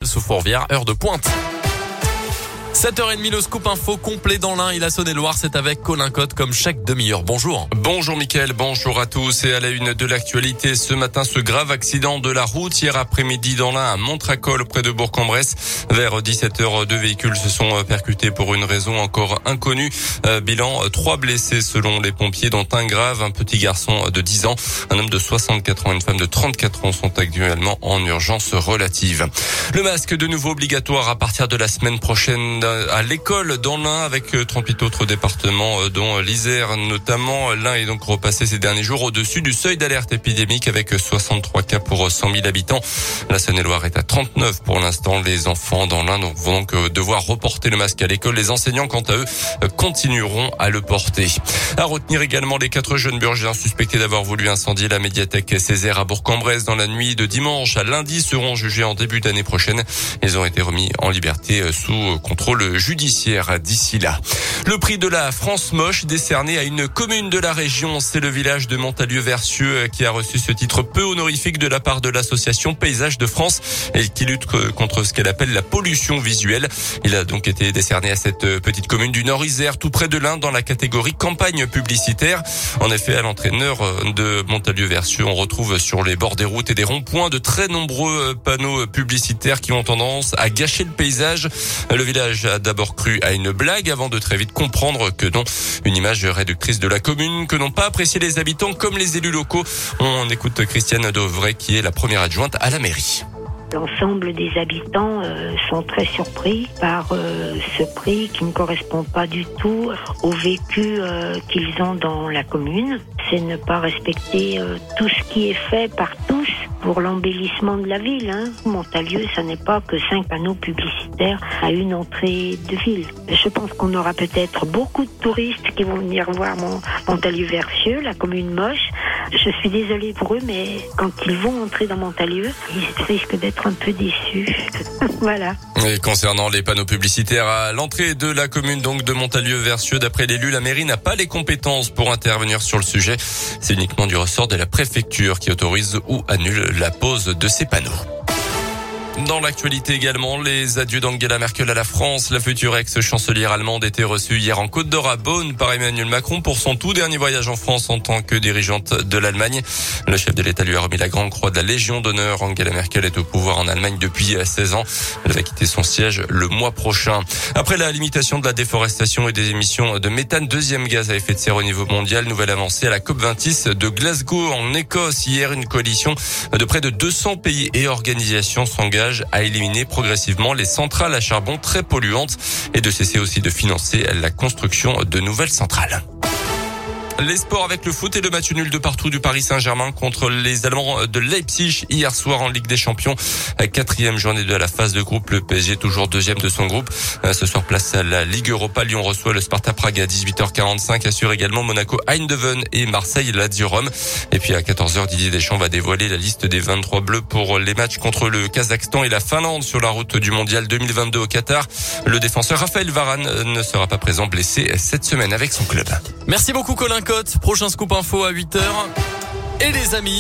sous Fourvière, heure de pointe. 7h30, le scoop info complet dans l'Ain et la Saône-et-Loire, c'est avec Colin Cotte comme chaque demi-heure. Bonjour. Bonjour Mickaël, bonjour à tous. Et à la une de l'actualité, ce matin, ce grave accident de la route hier après-midi dans l'Ain à Montracol près de Bourg-en-Bresse. Vers 17h, 2 véhicules se sont percutés pour une raison encore inconnue. Bilan, 3 blessés selon les pompiers, dont un grave, un petit garçon de 10 ans. Un homme de 64 ans et une femme de 34 ans sont actuellement en urgence relative. Le masque de nouveau obligatoire à partir de la semaine prochaine à l'école dans l'Ain avec 38 autres départements dont l'Isère notamment. L'Ain est donc repassé ces derniers jours au-dessus du seuil d'alerte épidémique avec 63 cas pour 100 000 habitants. La Saône-et-Loire est à 39 pour l'instant. Les enfants dans l'Ain vont donc devoir reporter le masque à l'école. Les enseignants, quant à eux, continueront à le porter. À retenir également les 4 jeunes burgiens suspectés d'avoir voulu incendier la médiathèque Césaire à Bourg-en-Bresse dans la nuit de dimanche à lundi seront jugés en début d'année prochaine. Ils ont été remis en liberté sous contrôle judiciaire d'ici là. Le prix de la France moche décerné à une commune de la région, c'est le village de Montalieu-Versieux qui a reçu ce titre peu honorifique de la part de l'association Paysages de France et qui lutte contre ce qu'elle appelle la pollution visuelle. Il a donc été décerné à cette petite commune du Nord-Isère, tout près de l'Ain, dans la catégorie campagne publicitaire. En effet, à l'entraîneur de Montalieu-Versieux, on retrouve sur les bords des routes et des ronds-points de très nombreux panneaux publicitaires qui ont tendance à gâcher le paysage. Le village a d'abord cru à une blague avant de très vite comprendre que non, une image réductrice de la commune que n'ont pas apprécié les habitants comme les élus locaux. On écoute Christiane Dauvray qui est la première adjointe à la mairie. L'ensemble des habitants sont très surpris par ce prix qui ne correspond pas du tout au vécu qu'ils ont dans la commune. C'est ne pas respecter tout ce qui est fait par tous pour l'embellissement de la ville. Montalieu, ça n'est pas que 5 panneaux publicitaires à une entrée de ville. Je pense qu'on aura peut-être beaucoup de touristes qui vont venir voir Montalieu-Versieux, la commune moche. Je suis désolée pour eux, mais quand ils vont entrer dans Montalieu, ils risquent d'être un peu déçus. Voilà. Et concernant les panneaux publicitaires à l'entrée de la commune donc de Montalieu-Versieux, d'après l'élu, la mairie n'a pas les compétences pour intervenir sur le sujet. C'est uniquement du ressort de la préfecture qui autorise ou annule la pose de ces panneaux. Dans l'actualité également, les adieux d'Angela Merkel à la France. La future ex-chancelière allemande était reçue hier en Côte d'Or à Beaune par Emmanuel Macron pour son tout dernier voyage en France en tant que dirigeante de l'Allemagne. Le chef de l'État lui a remis la grande croix de la Légion d'honneur. Angela Merkel est au pouvoir en Allemagne depuis 16 ans. Elle va quitter son siège le mois prochain. Après la limitation de la déforestation et des émissions de méthane, deuxième gaz à effet de serre au niveau mondial, nouvelle avancée à la COP26 de Glasgow en Écosse. Hier, une coalition de près de 200 pays et organisations s'engage à éliminer progressivement les centrales à charbon très polluantes et de cesser aussi de financer la construction de nouvelles centrales. Les sports avec le foot et le match nul de partout du Paris Saint-Germain contre les Allemands de Leipzig hier soir en Ligue des Champions. 4e journée de la phase de groupe. Le PSG toujours 2e de son groupe. Ce soir, place à la Ligue Europa. Lyon reçoit le Sparta Prague à 18h45. Assure également Monaco Eindhoven et Marseille Lazio Rome. Et puis à 14h, Didier Deschamps va dévoiler la liste des 23 bleus pour les matchs contre le Kazakhstan et la Finlande sur la route du Mondial 2022 au Qatar. Le défenseur Raphaël Varane ne sera pas présent, blessé cette semaine avec son club. Merci beaucoup Colin Cotte. Prochain scoop info à 8h. Et les amis.